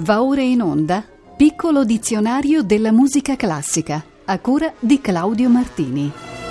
Va ora in onda Piccolo dizionario della musica classica, a cura di Claudio Martini.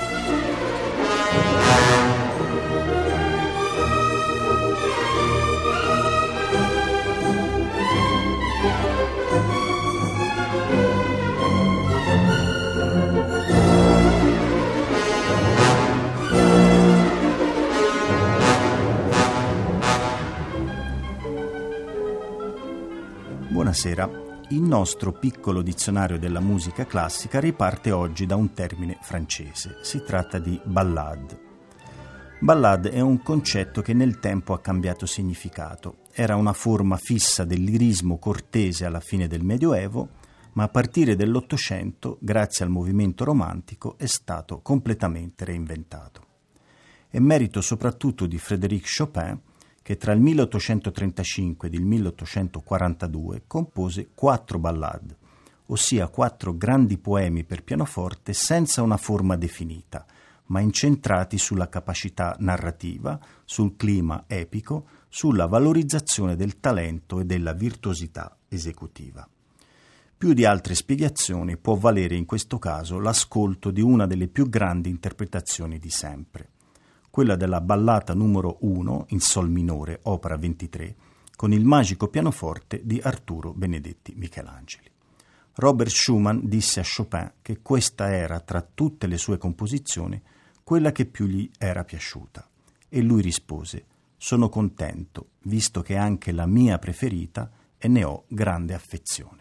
Buonasera. Il nostro piccolo dizionario della musica classica riparte oggi da un termine francese. Si tratta di ballade. Ballade è un concetto che nel tempo ha cambiato significato. Era una forma fissa del lirismo cortese alla fine del Medioevo, ma a partire dell'Ottocento, grazie al movimento romantico, è stato completamente reinventato. È merito soprattutto di Frédéric Chopin, che tra il 1835 ed il 1842 compose 4 ballade, ossia 4 grandi poemi per pianoforte senza una forma definita, ma incentrati sulla capacità narrativa, sul clima epico, sulla valorizzazione del talento e della virtuosità esecutiva. Più di altre spiegazioni può valere in questo caso l'ascolto di una delle più grandi interpretazioni di sempre, quella della ballata numero 1 in sol minore, opera 23, con il magico pianoforte di Arturo Benedetti Michelangeli. Robert Schumann disse a Chopin che questa era, tra tutte le sue composizioni, quella che più gli era piaciuta. E lui rispose: «Sono contento, visto che è anche la mia preferita e ne ho grande affezione».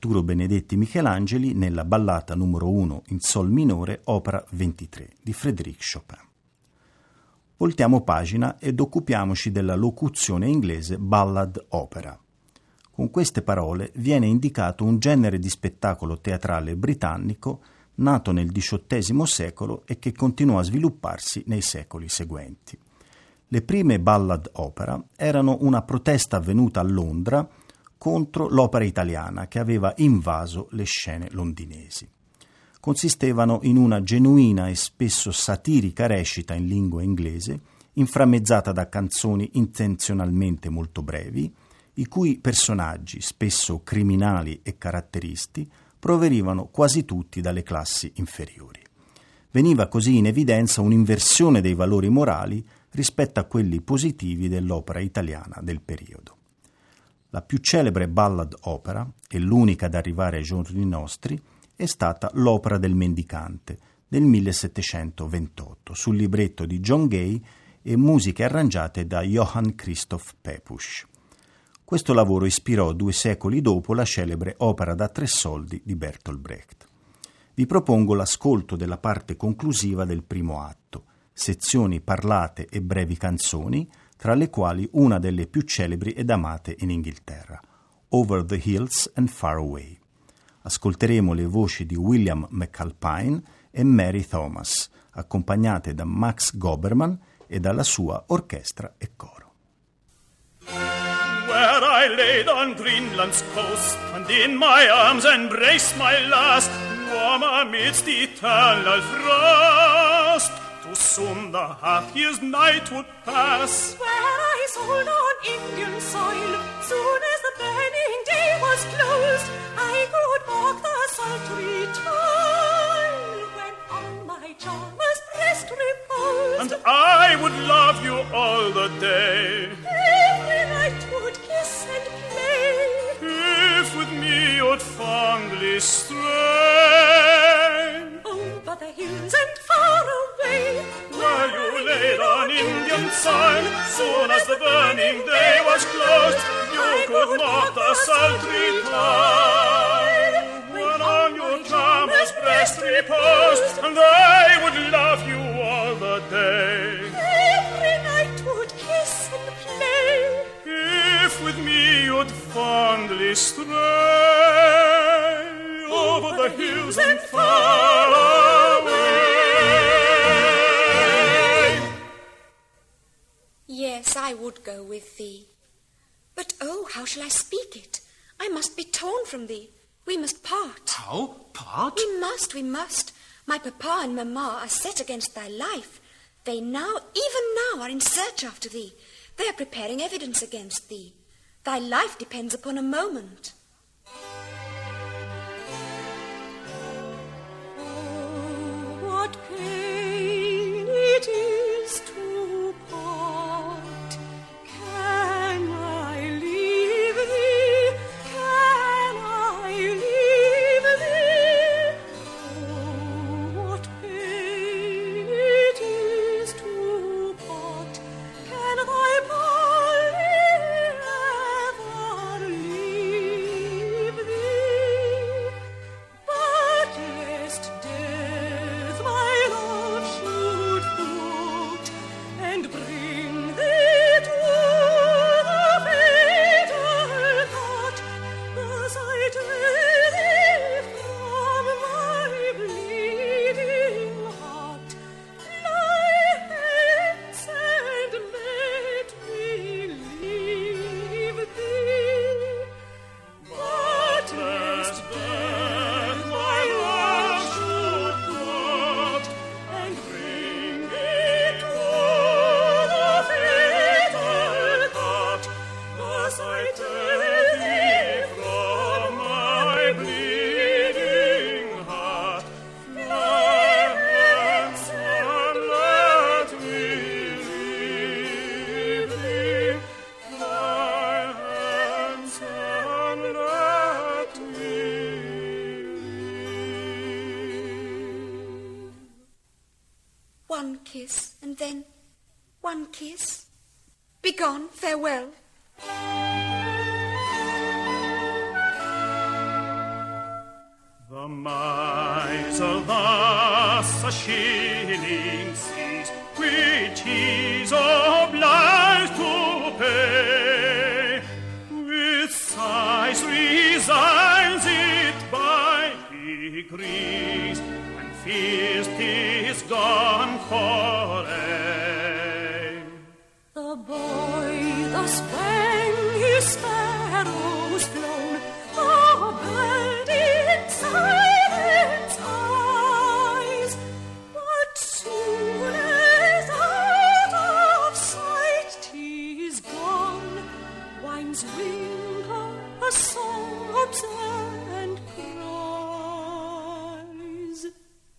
Arturo Benedetti Michelangeli nella ballata numero 1 in sol minore, opera 23 di Frédéric Chopin. Voltiamo pagina ed occupiamoci della locuzione inglese ballad opera. Con queste parole viene indicato un genere di spettacolo teatrale britannico nato nel XVIII secolo e che continuò a svilupparsi nei secoli seguenti. Le prime ballad opera erano una protesta avvenuta a Londra contro l'opera italiana che aveva invaso le scene londinesi. Consistevano in una genuina e spesso satirica recita in lingua inglese, inframmezzata da canzoni intenzionalmente molto brevi, i cui personaggi, spesso criminali e caratteristi, provenivano quasi tutti dalle classi inferiori. Veniva così in evidenza un'inversione dei valori morali rispetto a quelli positivi dell'opera italiana del periodo. La più celebre ballad opera, e l'unica ad arrivare ai giorni nostri, è stata L'opera del mendicante del 1728, sul libretto di John Gay e musiche arrangiate da Johann Christoph Pepusch. Questo lavoro ispirò 2 secoli dopo la celebre Opera da 3 soldi di Bertolt Brecht. Vi propongo l'ascolto della parte conclusiva del primo atto, sezioni parlate e brevi canzoni, tra le quali una delle più celebri ed amate in Inghilterra, Over the Hills and Far Away. Ascolteremo le voci di William McAlpine e Mary Thomas, accompagnate da Max Goberman e dalla sua orchestra e coro. Where I laid on Greenland's coast, and in my arms embraced my last, warm amidst eternal frost, too soon the half-year's night would pass. Where I sold on Indian soil, soon as the burning day was closed, I could walk the sultry toil, when on my charmer's breast reposed. And I would love you all the day, every night would kiss and play, if with me you'd fondly stray. over the hills and far away, Where you laid on Indian soil, soon as the burning day was closed, you could walk the sultry toil, when on your charmer's breast reposed, and I would love you all the day, every night would kiss and play, if with me you'd fondly stray, over the hills and far away. Yes, I would go with thee. But oh, how shall I speak it? I must be torn from thee. We must part. How? Part? We must. My papa and mamma are set against thy life. They now, even now, are in search after thee. They are preparing evidence against thee. Thy life depends upon a moment. oh, what pain it is to part. Can I leave thee? Can I leave thee? Oh, what pain it is to part. Can I ever leave thee? But lest death my love should thwart, and bring thee to the fatal thought, as I tear thee from my bleeding heart, fly hence and let me leave thee. But lest death my love should thwart, and bring me to the fatal thought, as I tear thee from my bleeding heart, fly hence and let me leave thee. Fly hence and let me leave. One kiss, and then one kiss. Begone, farewell. The miser thus a shilling sees, which he's obliged to pay. With sighs resigns it by degrees, and fears 'tis gone for aye. The boy thus when his sparrows flown, a bird in silence eyes, but soon as out of sight 'tis gone, winds ring her sobs and cries.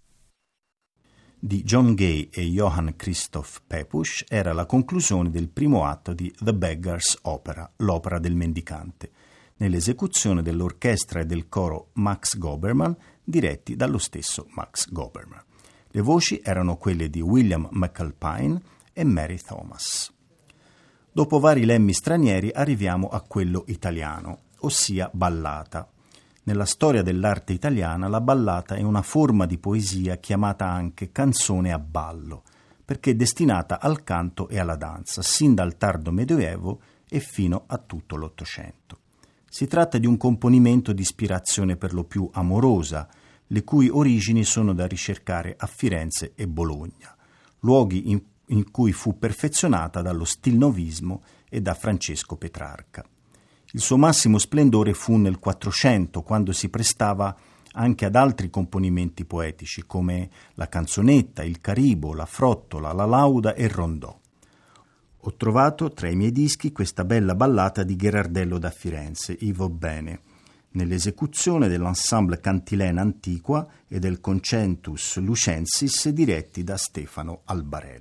Di John Gay e Johann Christoph Pepusch era la conclusione del primo atto di The Beggar's Opera, l'opera del mendicante, nell'esecuzione dell'orchestra e del coro Max Goberman, diretti dallo stesso Max Goberman. Le voci erano quelle di William McAlpine e Mary Thomas. Dopo vari lemmi stranieri arriviamo a quello italiano, ossia ballata. Nella storia dell'arte italiana la ballata è una forma di poesia chiamata anche canzone a ballo, perché è destinata al canto e alla danza, sin dal tardo Medioevo e fino a tutto l'Ottocento. Si tratta di un componimento di ispirazione per lo più amorosa, le cui origini sono da ricercare a Firenze e Bologna, luoghi in cui fu perfezionata dallo stilnovismo e da Francesco Petrarca. Il suo massimo splendore fu nel Quattrocento, quando si prestava anche ad altri componimenti poetici come la canzonetta, il caribo, la frottola, la lauda e il rondò. Ho trovato tra i miei dischi questa bella ballata di Gherardello da Firenze, Ivo Bene, nell'esecuzione dell'ensemble Cantilena Antiqua e del Concentus Lucensis diretti da Stefano Albarello.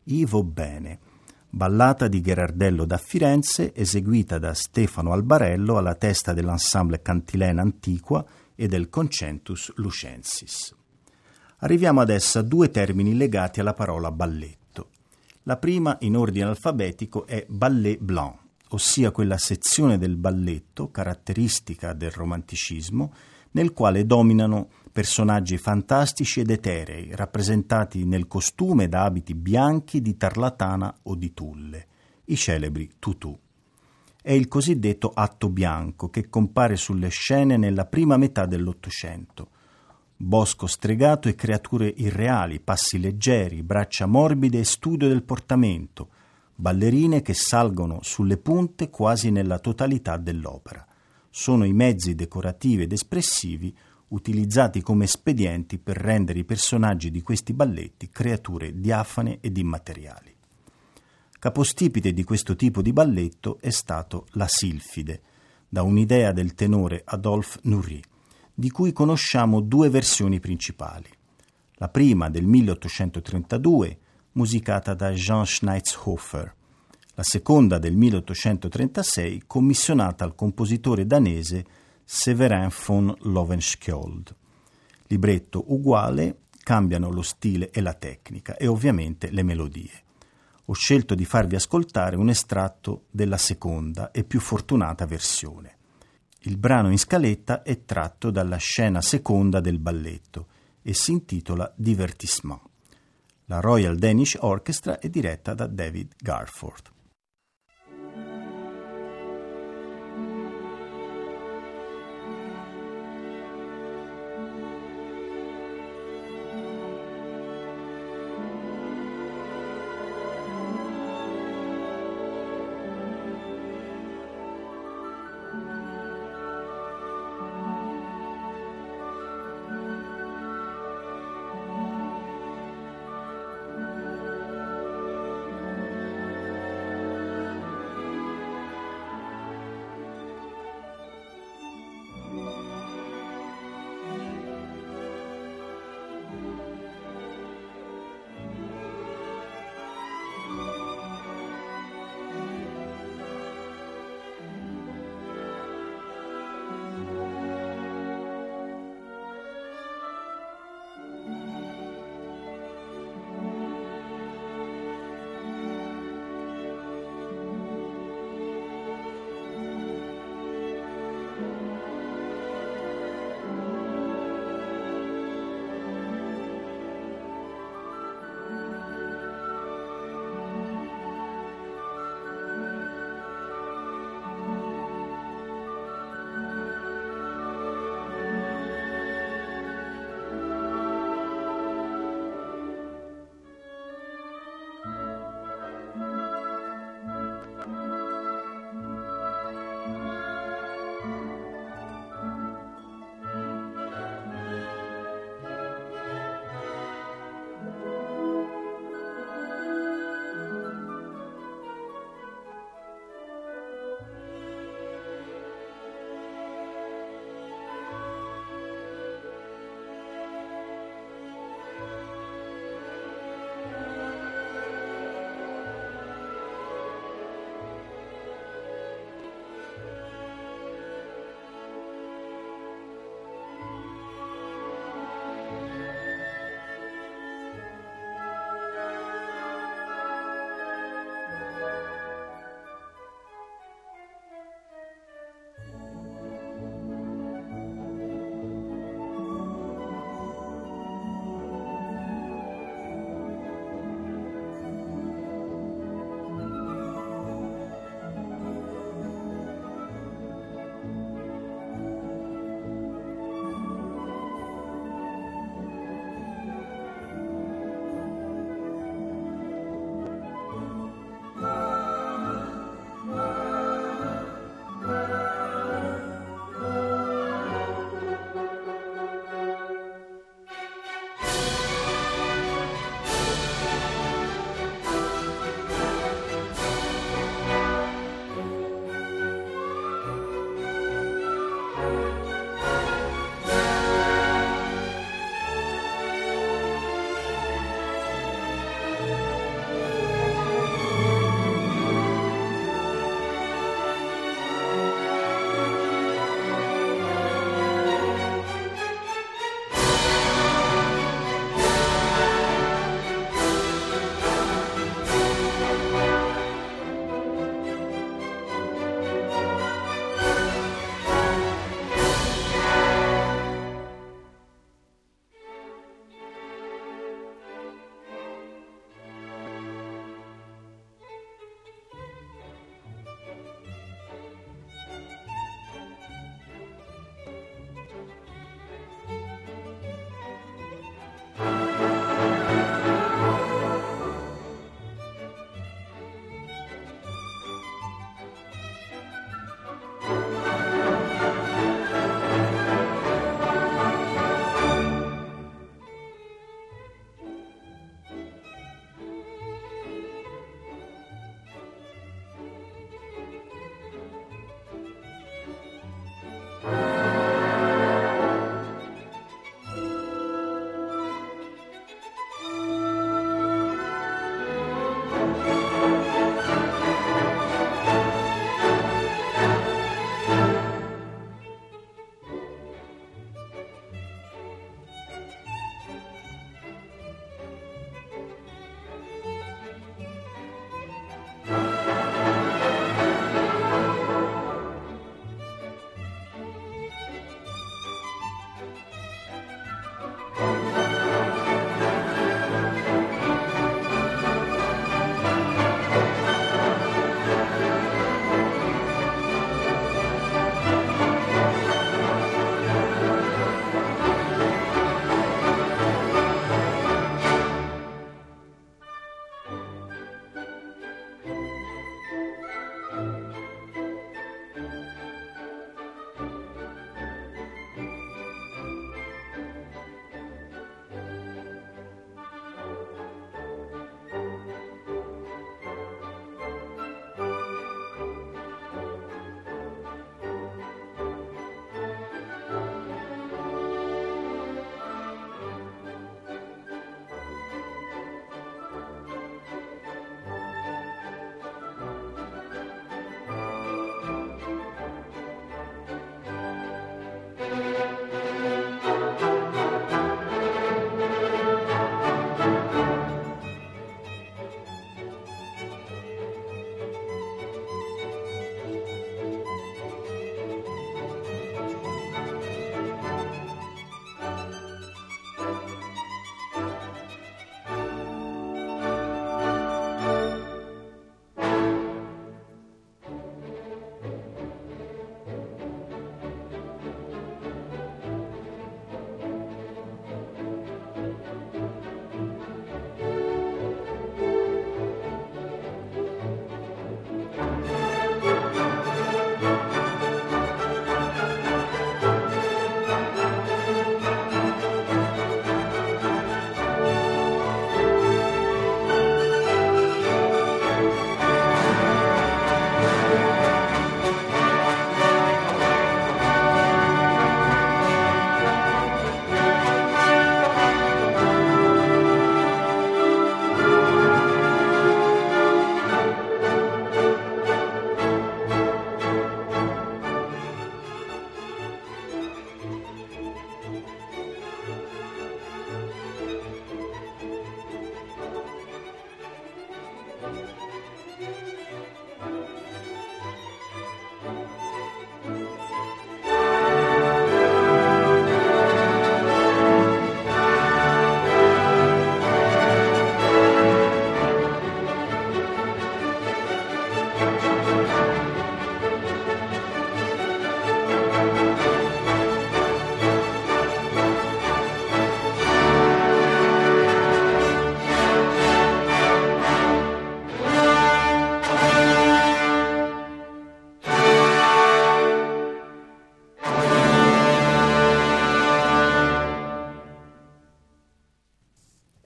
Ivo Bene, ballata di Gherardello da Firenze, eseguita da Stefano Albarello alla testa dell'ensemble Cantilena Antiqua e del Concentus Lucensis. Arriviamo adesso a due termini legati alla parola balletto. La prima, in ordine alfabetico, è ballet blanc, ossia quella sezione del balletto, caratteristica del romanticismo, nel quale dominano personaggi fantastici ed eterei, rappresentati nel costume da abiti bianchi di tarlatana o di tulle, i celebri tutù. È il cosiddetto atto bianco che compare sulle scene nella prima metà dell'Ottocento. Bosco stregato e creature irreali, passi leggeri, braccia morbide e studio del portamento, ballerine che salgono sulle punte quasi nella totalità dell'opera. Sono i mezzi decorativi ed espressivi utilizzati come espedienti per rendere i personaggi di questi balletti creature diafane ed immateriali. Capostipite di questo tipo di balletto è stato La Silfide, da un'idea del tenore Adolphe Nourrit, di cui conosciamo due versioni principali. La prima del 1832, musicata da Jean Schneizhofer, la seconda del 1836, commissionata al compositore danese Severin von Lovenskjold. Libretto uguale, cambiano lo stile e la tecnica e ovviamente le melodie. Ho scelto di farvi ascoltare un estratto della seconda e più fortunata versione. Il brano in scaletta è tratto dalla scena seconda del balletto e si intitola Divertissement. La Royal Danish Orchestra è diretta da David Garforth.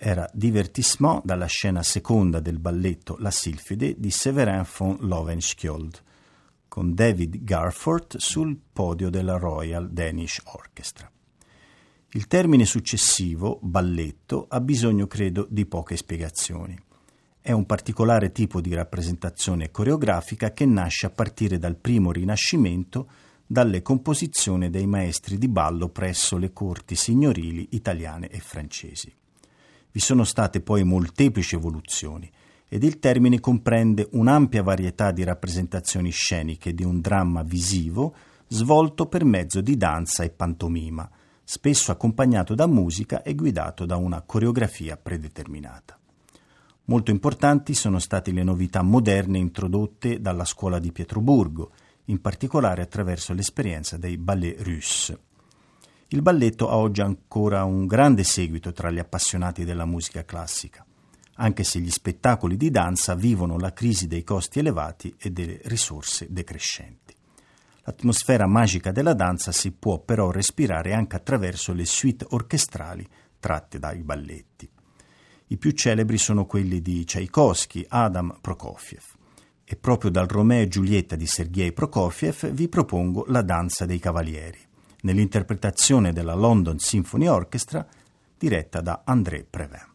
era Divertissement dalla scena seconda del balletto La Silfide di Severin von Lovenskjold, con David Garforth sul podio della Royal Danish Orchestra. Il termine successivo, balletto, ha bisogno, credo, di poche spiegazioni. È un particolare tipo di rappresentazione coreografica che nasce a partire dal primo Rinascimento dalle composizioni dei maestri di ballo presso le corti signorili italiane e francesi. Vi sono state poi molteplici evoluzioni ed il termine comprende un'ampia varietà di rappresentazioni sceniche di un dramma visivo svolto per mezzo di danza e pantomima, spesso accompagnato da musica e guidato da una coreografia predeterminata. Molto importanti sono state le novità moderne introdotte dalla scuola di Pietroburgo, in particolare attraverso l'esperienza dei ballets russes. Il balletto ha oggi ancora un grande seguito tra gli appassionati della musica classica, anche se gli spettacoli di danza vivono la crisi dei costi elevati e delle risorse decrescenti. L'atmosfera magica della danza si può però respirare anche attraverso le suite orchestrali tratte dai balletti. I più celebri sono quelli di Tchaikovsky, Adam Prokofiev. E proprio dal Romeo e Giulietta di Sergei Prokofiev vi propongo La danza dei cavalieri, nell'interpretazione della London Symphony Orchestra diretta da André Previn.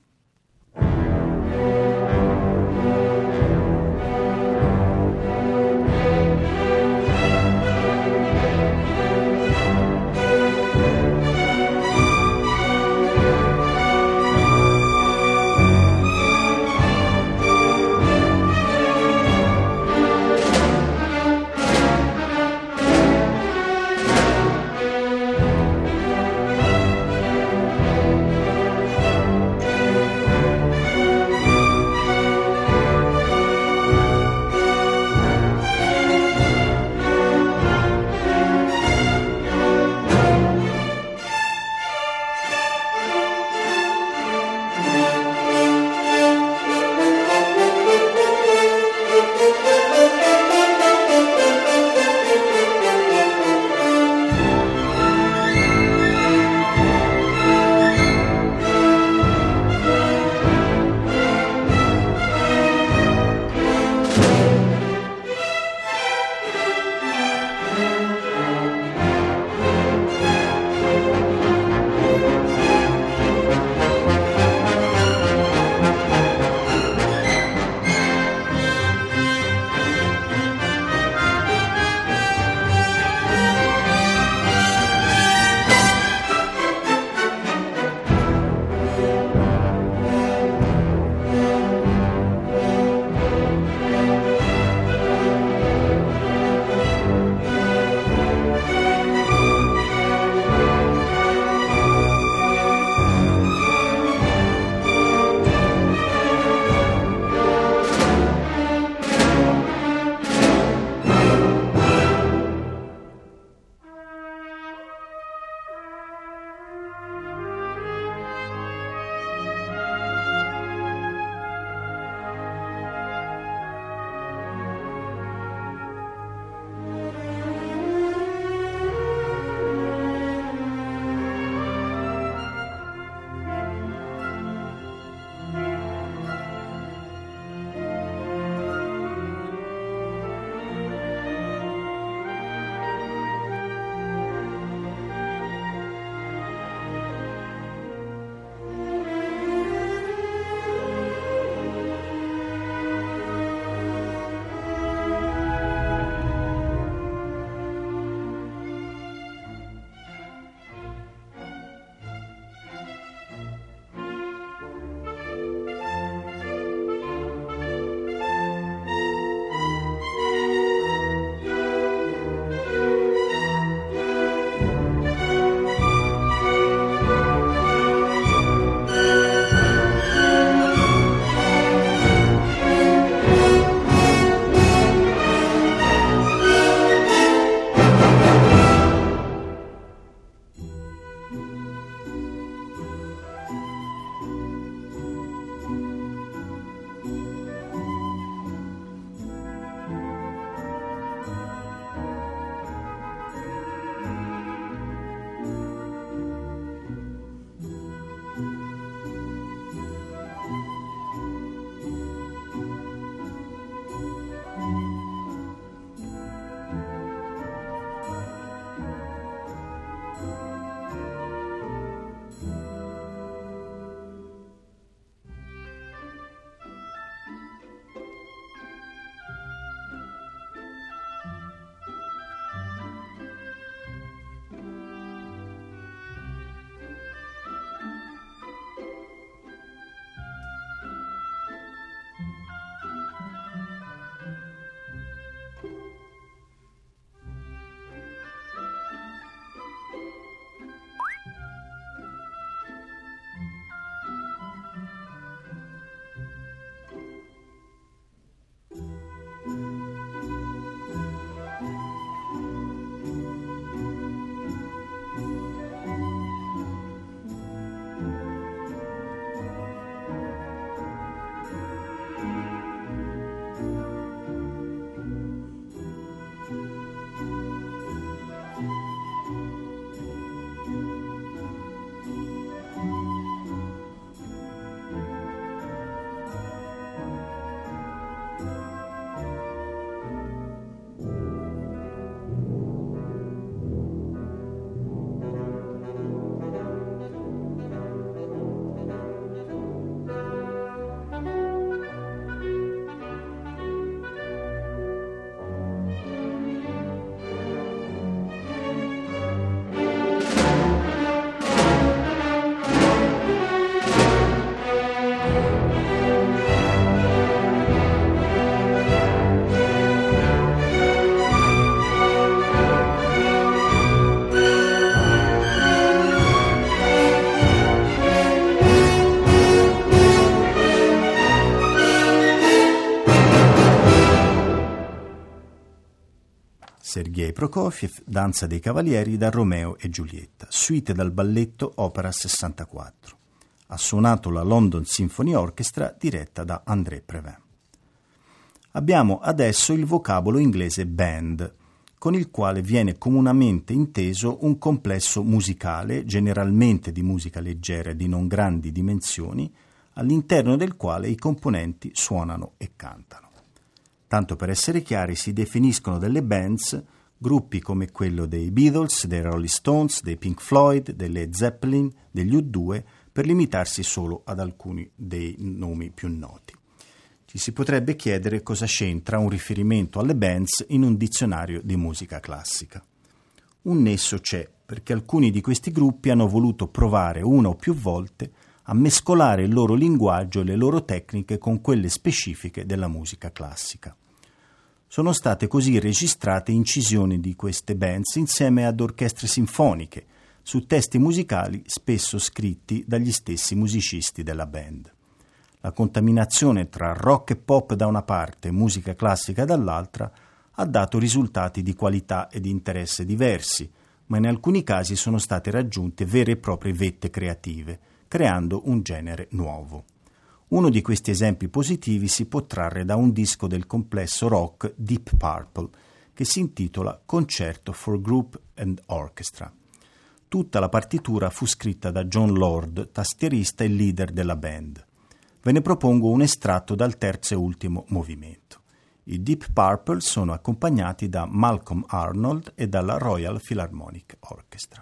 Sergei Prokofiev, Danza dei Cavalieri da Romeo e Giulietta, suite dal balletto Opera 64. Ha suonato la London Symphony Orchestra diretta da André Previn. Abbiamo adesso il vocabolo inglese band, con il quale viene comunemente inteso un complesso musicale, generalmente di musica leggera e di non grandi dimensioni, all'interno del quale i componenti suonano e cantano. Tanto per essere chiari, si definiscono delle bands gruppi come quello dei Beatles, dei Rolling Stones, dei Pink Floyd, dei Led Zeppelin, degli U2, per limitarsi solo ad alcuni dei nomi più noti. Ci si potrebbe chiedere cosa c'entra un riferimento alle bands in un dizionario di musica classica. Un nesso c'è, perché alcuni di questi gruppi hanno voluto provare una o più volte a mescolare il loro linguaggio e le loro tecniche con quelle specifiche della musica classica. Sono state così registrate incisioni di queste bands insieme ad orchestre sinfoniche, su testi musicali spesso scritti dagli stessi musicisti della band. La contaminazione tra rock e pop da una parte e musica classica dall'altra ha dato risultati di qualità e di interesse diversi, ma in alcuni casi sono state raggiunte vere e proprie vette creative, creando un genere nuovo. Uno di questi esempi positivi si può trarre da un disco del complesso rock Deep Purple, che si intitola Concerto for Group and Orchestra. Tutta la partitura fu scritta da John Lord, tastierista e leader della band. Ve ne propongo un estratto dal terzo e ultimo movimento. I Deep Purple sono accompagnati da Malcolm Arnold e dalla Royal Philharmonic Orchestra.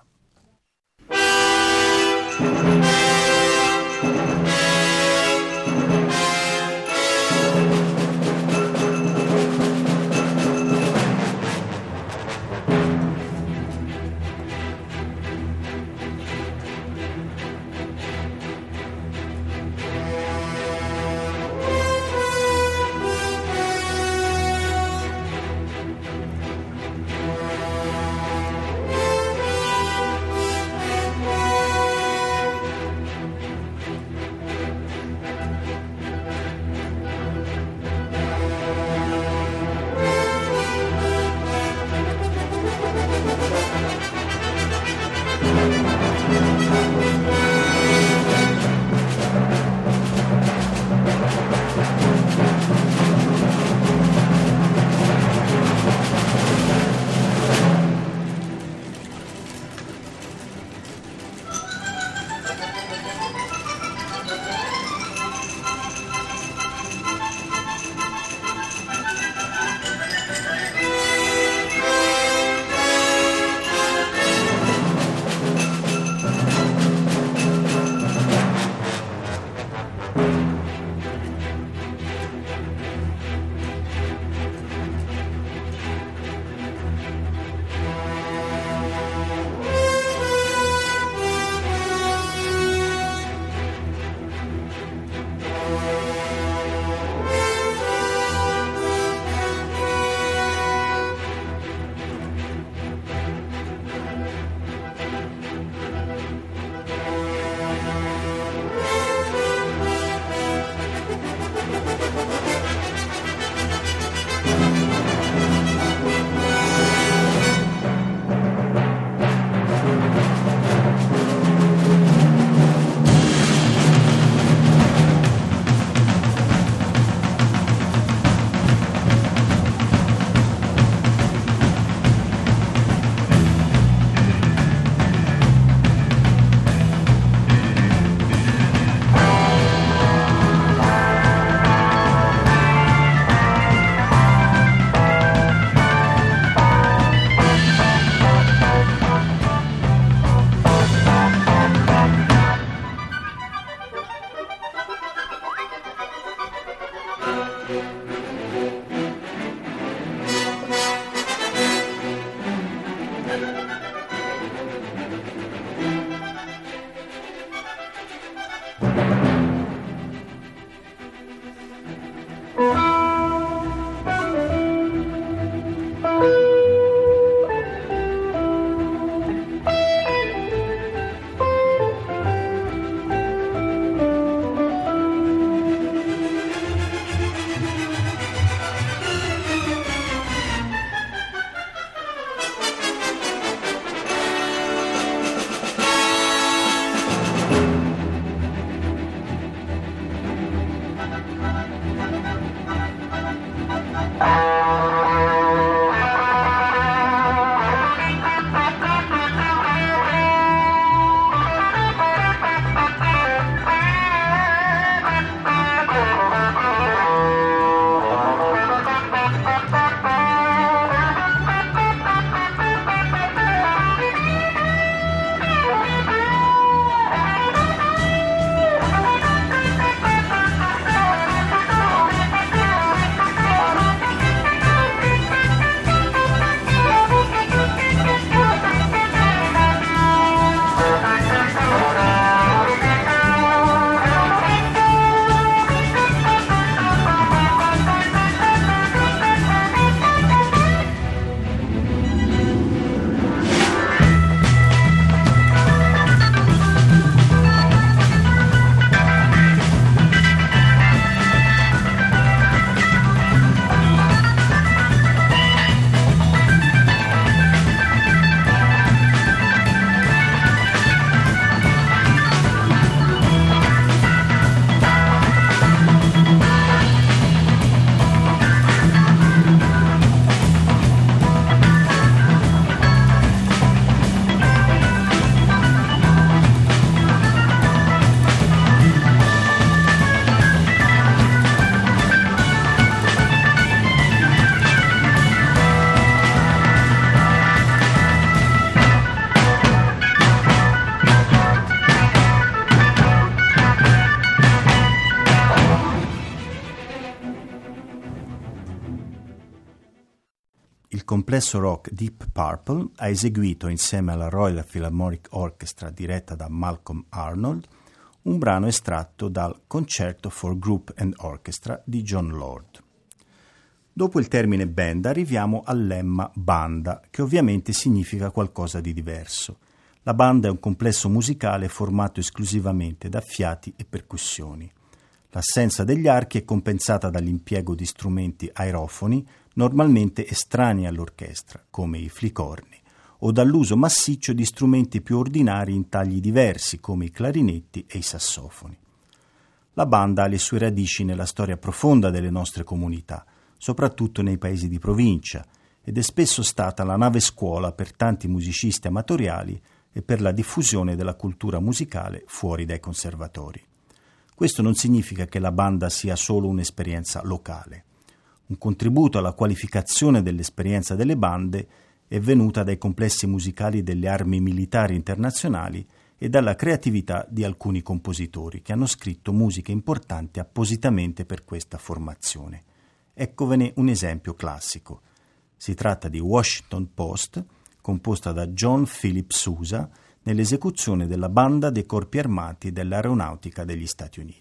complesso rock Deep Purple ha eseguito insieme alla Royal Philharmonic Orchestra diretta da Malcolm Arnold un brano estratto dal Concerto for Group and Orchestra di John Lord. Dopo il termine band arriviamo al lemma banda, che ovviamente significa qualcosa di diverso. La banda è un complesso musicale formato esclusivamente da fiati e percussioni. L'assenza degli archi è compensata dall'impiego di strumenti aerofoni normalmente estranei all'orchestra, come i flicorni, o dall'uso massiccio di strumenti più ordinari in tagli diversi, come i clarinetti e i sassofoni. La banda ha le sue radici nella storia profonda delle nostre comunità, soprattutto nei paesi di provincia, ed è spesso stata la nave scuola per tanti musicisti amatoriali e per la diffusione della cultura musicale fuori dai conservatori. Questo non significa che la banda sia solo un'esperienza locale. Un contributo alla qualificazione dell'esperienza delle bande è venuta dai complessi musicali delle armi militari internazionali e dalla creatività di alcuni compositori che hanno scritto musiche importanti appositamente per questa formazione. Eccovene un esempio classico. Si tratta di Washington Post, composta da John Philip Sousa nell'esecuzione della Banda dei Corpi Armati dell'Aeronautica degli Stati Uniti.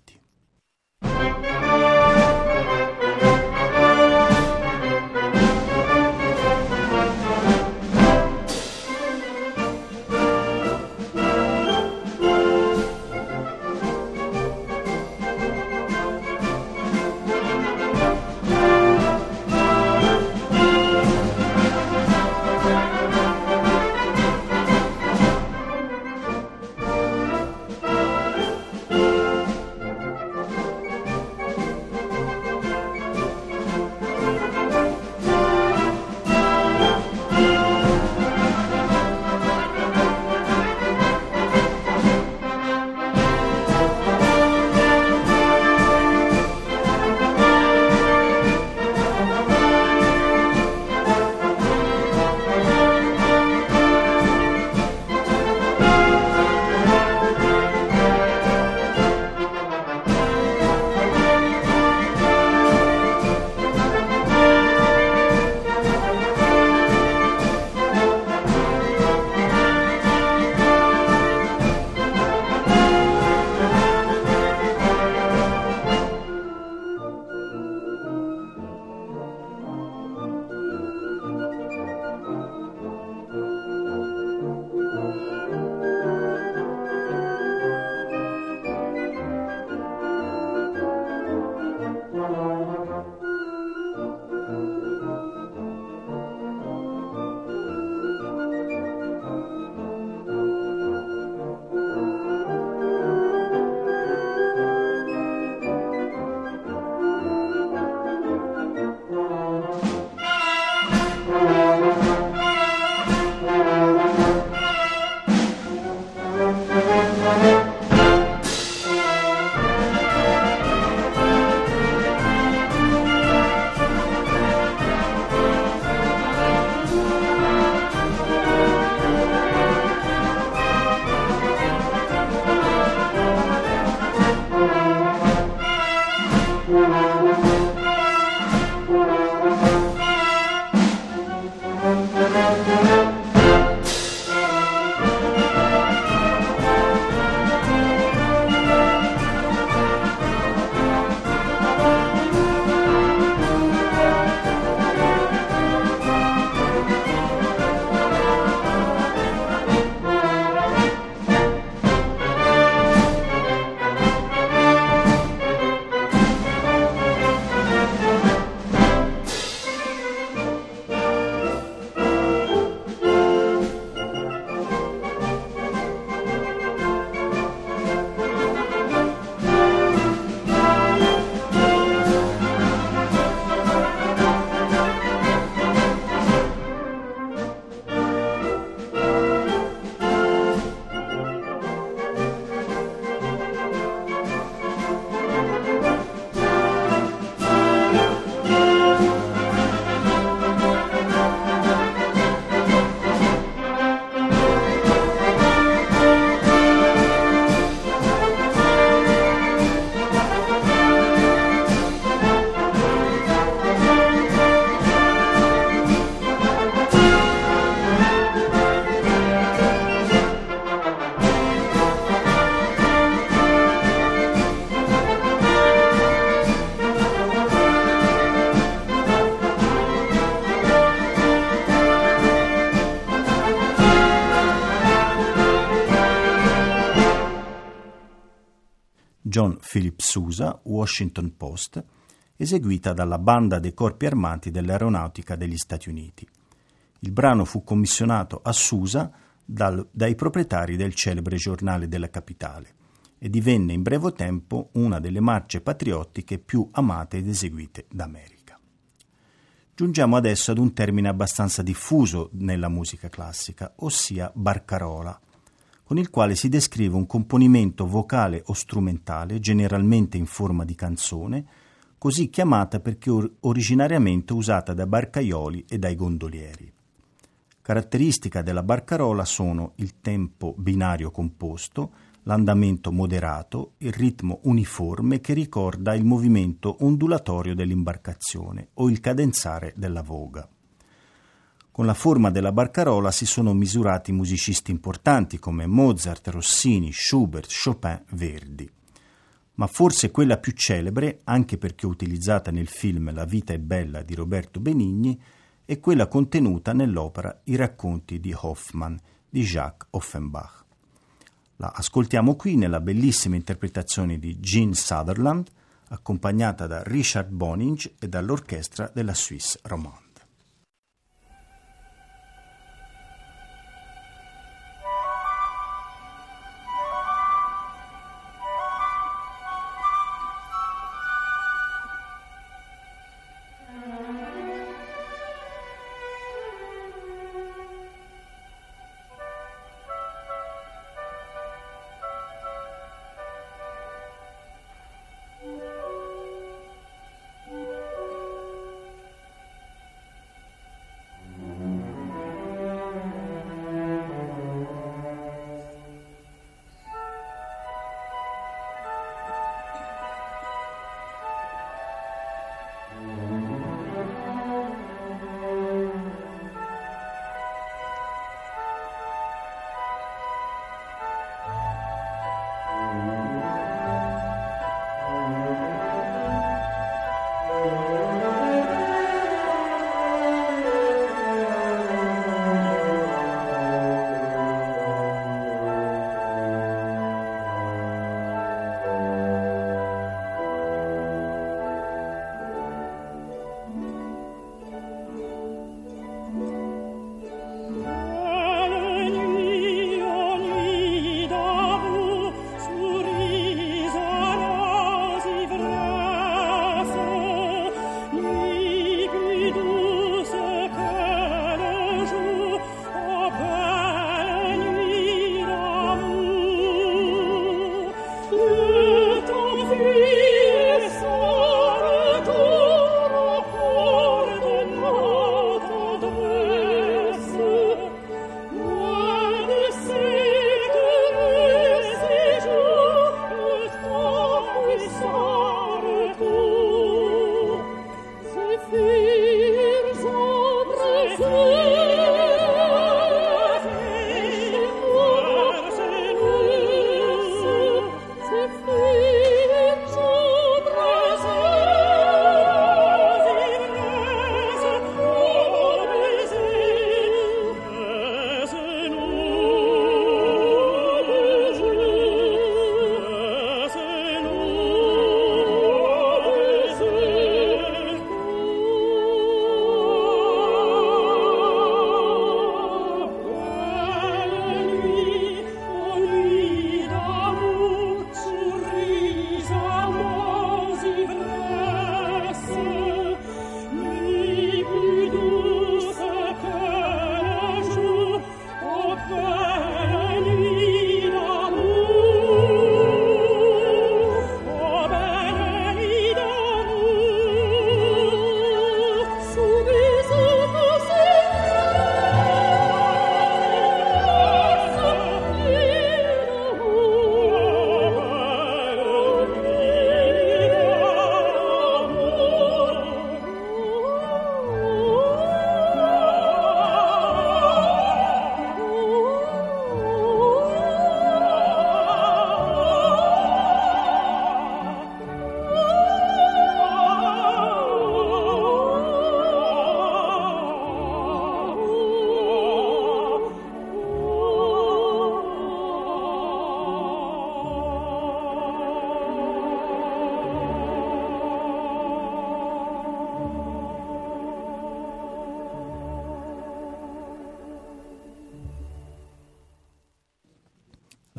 John Philip Sousa, Washington Post, eseguita dalla Banda dei Corpi Armati dell'Aeronautica degli Stati Uniti. Il brano fu commissionato a Sousa dai proprietari del celebre giornale della capitale e divenne in breve tempo una delle marce patriottiche più amate ed eseguite d'America. Giungiamo adesso ad un termine abbastanza diffuso nella musica classica, ossia barcarola, con il quale si descrive un componimento vocale o strumentale, generalmente in forma di canzone, così chiamata perché originariamente usata dai barcaioli e dai gondolieri. Caratteristica della barcarola sono il tempo binario composto, l'andamento moderato, il ritmo uniforme che ricorda il movimento ondulatorio dell'imbarcazione o il cadenzare della voga. Con la forma della barcarola si sono misurati musicisti importanti come Mozart, Rossini, Schubert, Chopin, Verdi. Ma forse quella più celebre, anche perché utilizzata nel film La vita è bella di Roberto Benigni, è quella contenuta nell'opera I racconti di Hoffmann di Jacques Offenbach. La ascoltiamo qui nella bellissima interpretazione di Gene Sutherland, accompagnata da Richard Boninge e dall'orchestra della Suisse Romande.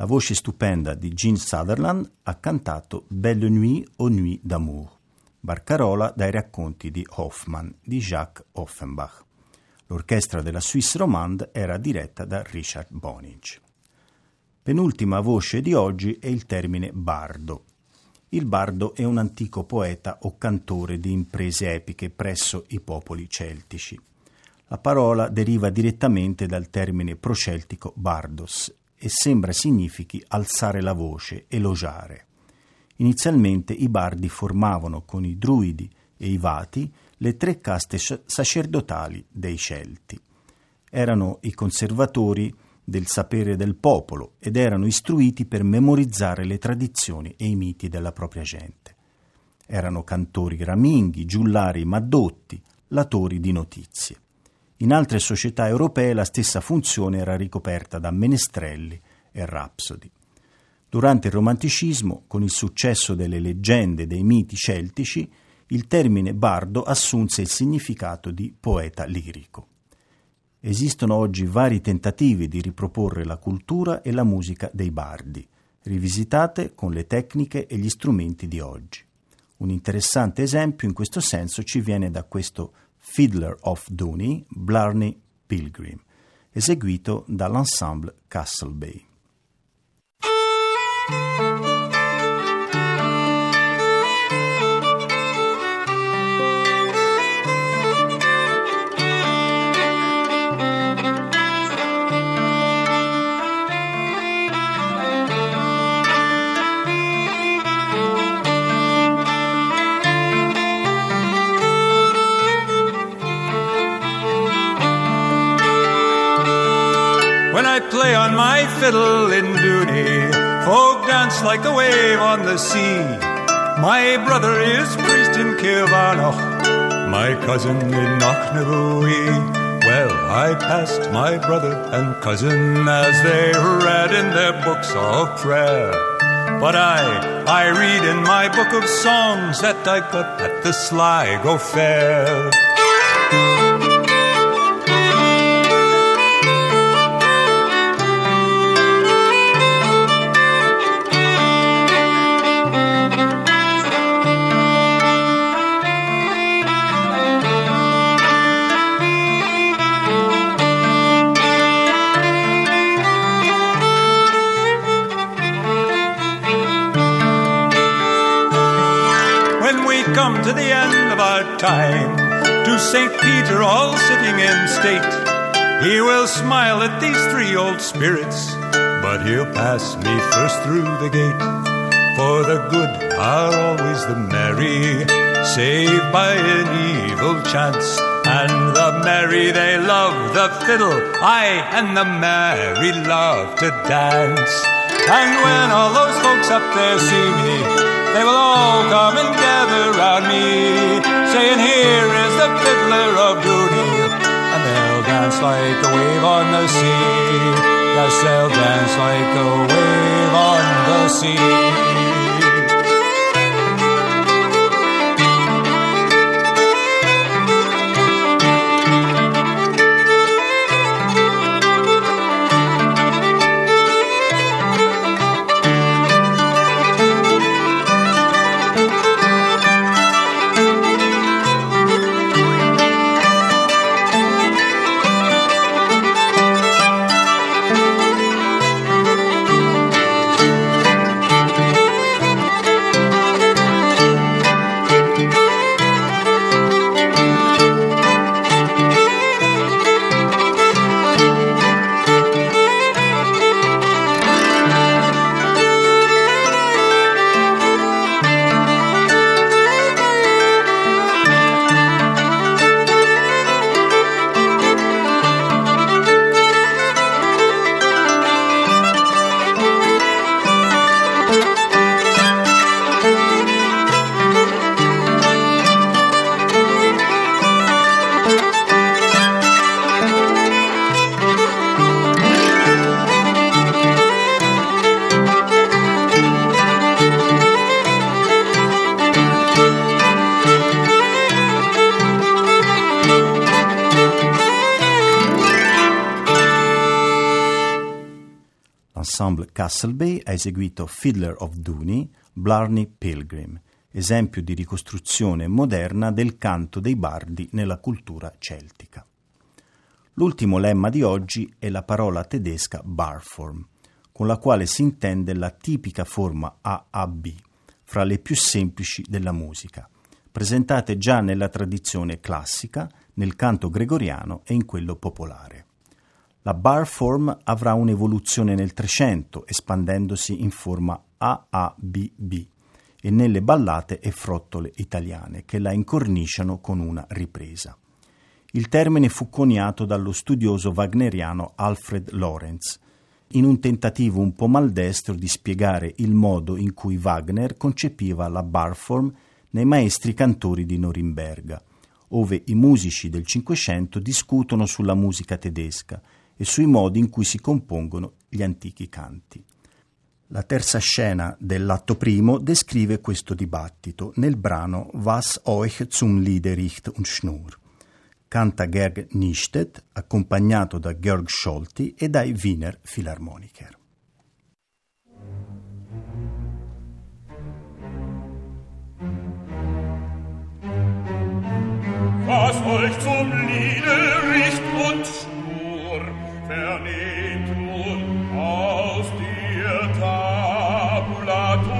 voce stupenda di Gene Sutherland ha cantato Belle Nuit o Nuit d'amour, barcarola dai racconti di Hoffmann di Jacques Offenbach. L'orchestra della Suisse Romande era diretta da Richard Boninch. Penultima voce di oggi è il termine bardo. Il bardo è un antico poeta o cantore di imprese epiche presso i popoli celtici. La parola deriva direttamente dal termine proceltico bardos e sembra significhi alzare la voce, elogiare. Inizialmente i bardi formavano con i druidi e i vati le 3 caste sacerdotali dei Celti. Erano i conservatori del sapere del popolo ed erano istruiti per memorizzare le tradizioni e i miti della propria gente. Erano cantori graminghi, giullari ma dotti, latori di notizie. In altre società europee la stessa funzione era ricoperta da menestrelli e rapsodi. Durante il Romanticismo, con il successo delle leggende e dei miti celtici, il termine bardo assunse il significato di poeta lirico. Esistono oggi vari tentativi di riproporre la cultura e la musica dei bardi, rivisitate con le tecniche e gli strumenti di oggi. Un interessante esempio in questo senso ci viene da questo Fiddler of Dooney, Blarney Pilgrim, eseguito dall'ensemble Castle Bay. When I play on my fiddle in Dooney, folk dance like the wave on the sea. My brother is priest in Kilmarnock, my cousin in Knocknabooey. Well, I passed my brother and cousin as they read in their books of prayer. But I read in my book of songs that I got at the Sligo Fair. Come to the end of our time, to St. Peter all sitting in state. He will smile at these 3 old spirits, but he'll pass me first through the gate. For the good are always the merry, saved by an evil chance. And the merry they love the fiddle, aye, and the merry love to dance. And when all those folks up there see me, they will all come and gather round me, saying, here is the fiddler of Dooney. And they'll dance like the wave on the sea. Yes, they'll dance like the wave on the sea. l'ensemble Castleby ha eseguito Fiddler of Dooney, Blarney Pilgrim, esempio di ricostruzione moderna del canto dei bardi nella cultura celtica. L'ultimo lemma di oggi è la parola tedesca Barform, con la quale si intende la tipica forma AAB, fra le più semplici della musica, presentate già nella tradizione classica, nel canto gregoriano e in quello popolare. La barform avrà un'evoluzione nel Trecento, espandendosi in forma AABB, e nelle ballate e frottole italiane, che la incorniciano con una ripresa. Il termine fu coniato dallo studioso wagneriano Alfred Lorenz, in un tentativo un po' maldestro di spiegare il modo in cui Wagner concepiva la barform nei maestri cantori di Norimberga, ove i musici del Cinquecento discutono sulla musica tedesca e sui modi in cui si compongono gli antichi canti. La terza scena dell'atto primo descrive questo dibattito nel brano Was euch zum Liede Richt und Schnur. Canta Georg Nistedt, accompagnato da Georg Scholti e dai Wiener Philharmoniker. Was euch zum Liede Richt und Schnur vernehmt nun aus der Tabulatur.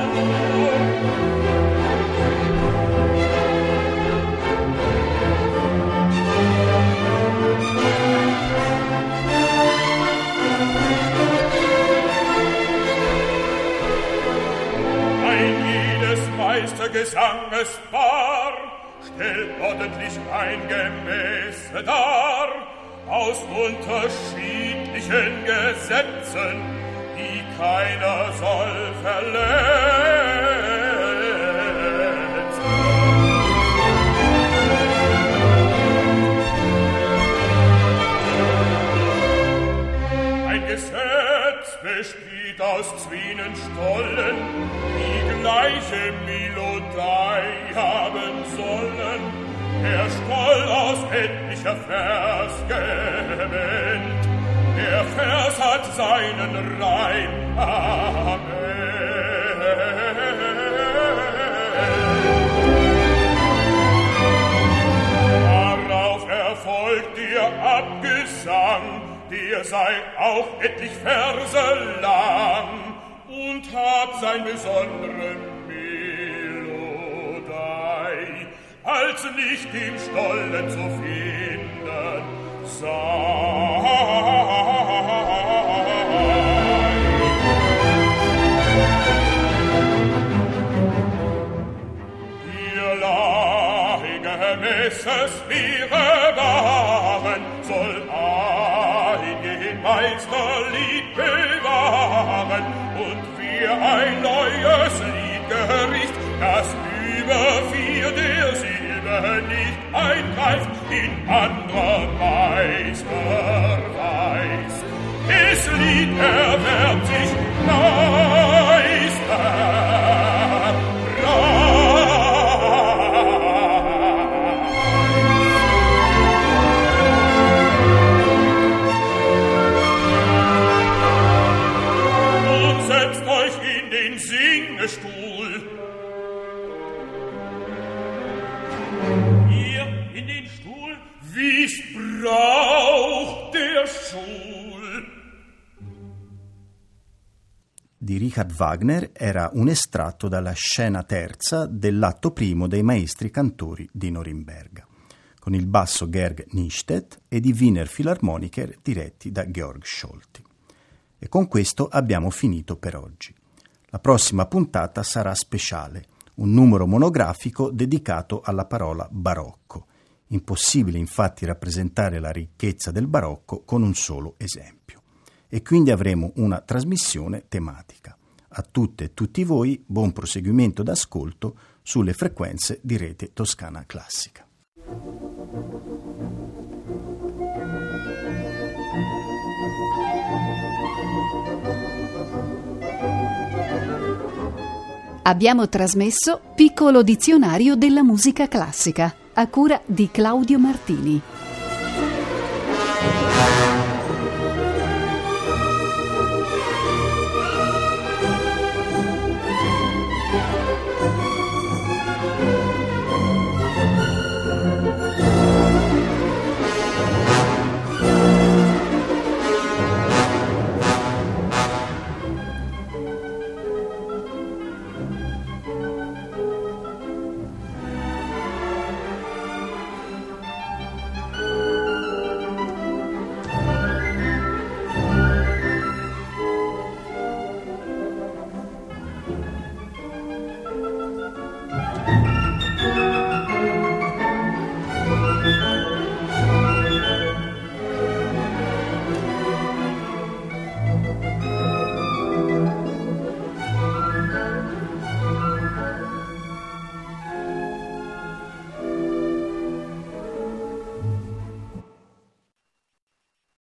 Meistergesangespaar stellt ordentlich ein Gemäße dar, aus unterschiedlichen Gesetzen, die keiner soll verletzen. Ein Gesetz besteht aus Zwienenstollen, die gleiche Melodie haben sollen. Der Stoll aus etlicher Versgement, der Vers hat seinen Reim. Amen. Darauf erfolgt der Abgesang, der sei auch etlich Verse lang und hat sein besondere Melodie, als nicht im Stollen zu finden sei. Ihr Leihgemäßes Lehre wahren soll ein Meisterlied bewahren, und wer ein neues Lied gericht, das über 4 der Silbe nicht eingreift, in anderer Meister weiß. Das Lied erwerbt sich Meister. Singestuhl. Ihr in den Stuhl, wie's braucht der Schul. Di Richard Wagner era un estratto dalla scena terza dell'atto primo dei maestri cantori di Norimberga, con il basso Georg Nistedt ed i Wiener Philharmoniker diretti da Georg Scholti. E con questo abbiamo finito per oggi. La prossima puntata sarà speciale, un numero monografico dedicato alla parola barocco. Impossibile infatti rappresentare la ricchezza del barocco con un solo esempio. E quindi avremo una trasmissione tematica. A tutte e tutti voi buon proseguimento d'ascolto sulle frequenze di Rete Toscana Classica. Abbiamo trasmesso Piccolo dizionario della musica classica, a cura di Claudio Martini.